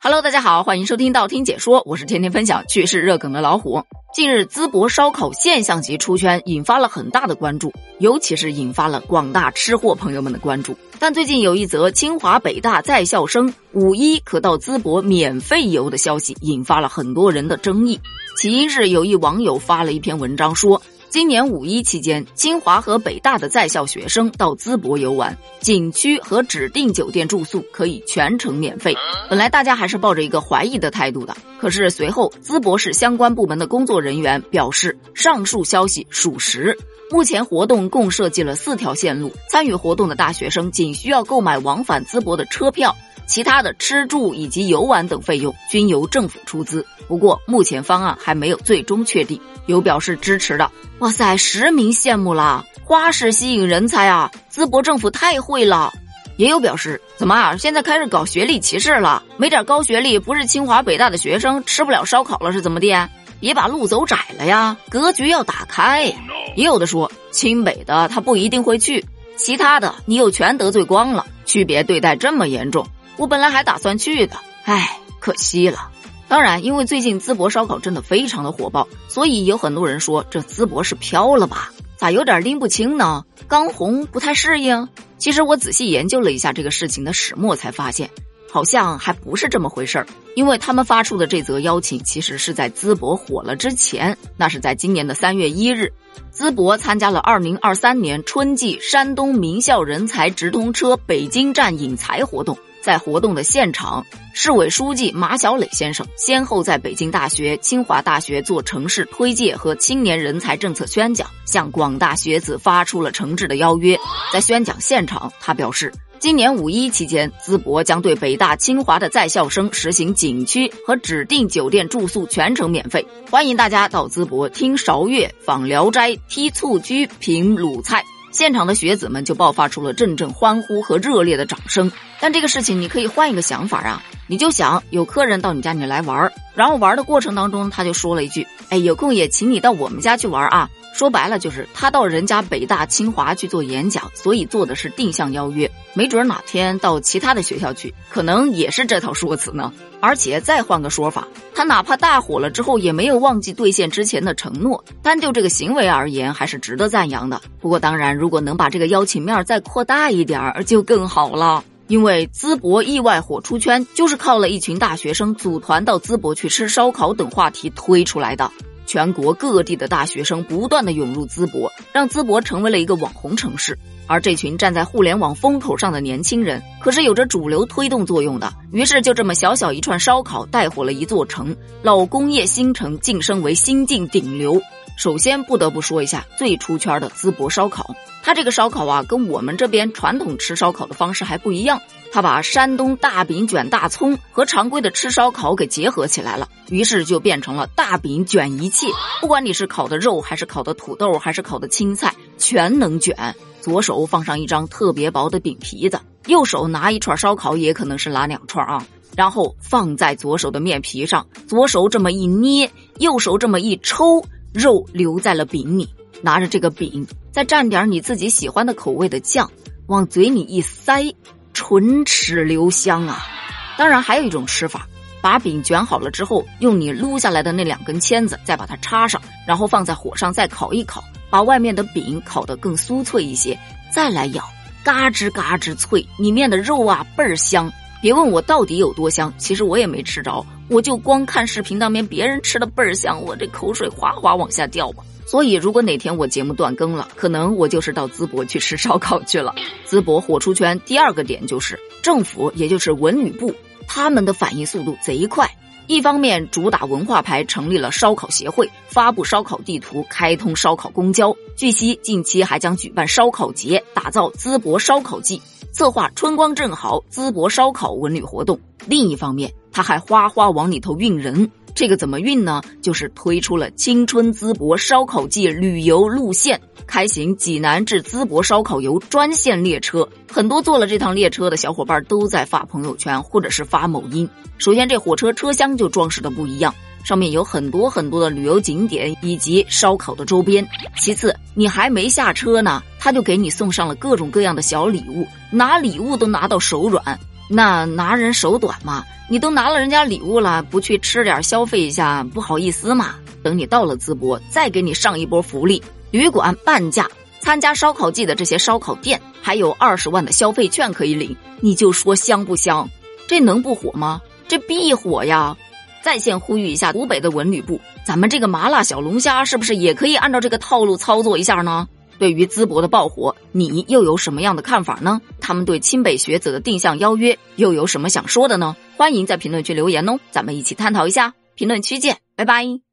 Hello， 大家好，欢迎收听道听解说，我是天天分享趣事热梗的老虎。近日，淄博烧烤现象级出圈，引发了很大的关注，尤其是引发了广大吃货朋友们的关注。但最近有一则清华北大在校生5·1可到淄博免费游的消息，引发了很多人的争议。起因是有一网友发了一篇文章说，今年5·1期间，清华和北大的在校学生到淄博游玩，景区和指定酒店住宿可以全程免费。本来大家还是抱着一个怀疑的态度的，可是随后淄博市相关部门的工作人员表示，上述消息属实。目前活动共设计了4条线路，参与活动的大学生仅需要购买往返淄博的车票，其他的吃住以及游玩等费用均由政府出资。不过目前方案还没有最终确定。有表示支持的，哇塞，实名羡慕啦，花式吸引人才啊，淄博政府太会了。也有表示，怎么啊，现在开始搞学历歧视了，没点高学历不是清华北大的学生吃不了烧烤了是怎么的？别把路走窄了呀，格局要打开呀。也有的说，清北的他不一定会去，其他的你又全得罪光了，区别对待这么严重，我本来还打算去的，唉，可惜了。当然，因为最近淄博烧烤真的非常的火爆，所以有很多人说这淄博是飘了吧，咋有点拎不清呢？刚红不太适应？其实我仔细研究了一下这个事情的始末，才发现好像还不是这么回事儿。因为他们发出的这则邀请其实是在淄博火了之前，那是在今年的3月1日，淄博参加了2023年春季山东名校人才直通车北京站引才活动。在活动的现场，市委书记马晓磊先生先后在北京大学、清华大学做城市推介和青年人才政策宣讲，向广大学子发出了诚挚的邀约。在宣讲现场，他表示，今年5·1期间，淄博将对北大、清华的在校生实行景区和指定酒店住宿全程免费，欢迎大家到淄博听韶乐、访聊斋、踢蹴鞠、品鲁菜。现场的学子们就爆发出了阵阵欢呼和热烈的掌声。但这个事情你可以换一个想法啊，你就想有客人到你家里来玩，然后玩的过程当中他就说了一句，哎，有空也请你到我们家去玩啊。说白了就是他到人家北大清华去做演讲，所以做的是定向邀约，没准哪天到其他的学校去，可能也是这套说辞呢。而且再换个说法，他哪怕大火了之后也没有忘记兑现之前的承诺，单就这个行为而言还是值得赞扬的。不过当然，如果能把这个邀请面再扩大一点就更好了。因为淄博意外火出圈，就是靠了一群大学生组团到淄博去吃烧烤等话题推出来的。全国各地的大学生不断的涌入淄博，让淄博成为了一个网红城市。而这群站在互联网风口上的年轻人，可是有着主流推动作用的。于是就这么小小一串烧烤带火了一座城，老工业新城晋升为新晋顶流。首先不得不说一下最出圈的淄博烧烤，它这个烧烤啊，跟我们这边传统吃烧烤的方式还不一样。他把山东大饼卷大葱和常规的吃烧烤给结合起来了，于是就变成了大饼卷一切，不管你是烤的肉还是烤的土豆还是烤的青菜，全能卷。左手放上一张特别薄的饼皮子，右手拿一串烧烤，也可能是拿2串啊，然后放在左手的面皮上，左手这么一捏，右手这么一抽，肉留在了饼里。拿着这个饼，再蘸点你自己喜欢的口味的酱，往嘴里一塞，唇齿留香啊。当然还有一种吃法，把饼卷好了之后，用你撸下来的那2根签子再把它插上，然后放在火上再烤一烤，把外面的饼烤得更酥脆一些，再来咬，嘎吱嘎吱脆，里面的肉啊倍儿香。别问我到底有多香，其实我也没吃着，我就光看视频当面别人吃的倍儿香，我这口水哗哗往下掉吧。所以如果哪天我节目断更了，可能我就是到淄博去吃烧烤去了。淄博火出圈第2个点就是政府，也就是文旅部，他们的反应速度贼快。一方面主打文化牌，成立了烧烤协会，发布烧烤地图，开通烧烤公交。据悉近期还将举办烧烤节，打造淄博烧烤季，策划春光正好淄博烧烤文旅活动。另一方面他还哗哗往里头运人，这个怎么运呢？就是推出了青春淄博烧烤季旅游路线，开行济南至淄博烧烤游专线列车。很多坐了这趟列车的小伙伴都在发朋友圈或者是发某音。首先这火车车厢就装饰的不一样，上面有很多的旅游景点以及烧烤的周边。其次你还没下车呢，他就给你送上了各种各样的小礼物，拿礼物都拿到手软。 那拿人手短嘛，你都拿了人家礼物了，不去吃点消费一下，不好意思嘛。等你到了淄博，再给你上一波福利，旅馆半价，参加烧烤季的这些烧烤店还有20万的消费券可以领，你就说香不香？这能不火吗？这必火呀！在线呼吁一下湖北的文旅部，咱们这个麻辣小龙虾是不是也可以按照这个套路操作一下呢？对于淄博的爆火，你又有什么样的看法呢？他们对清北学子的定向邀约又有什么想说的呢？欢迎在评论区留言哦，咱们一起探讨一下。评论区见，拜拜。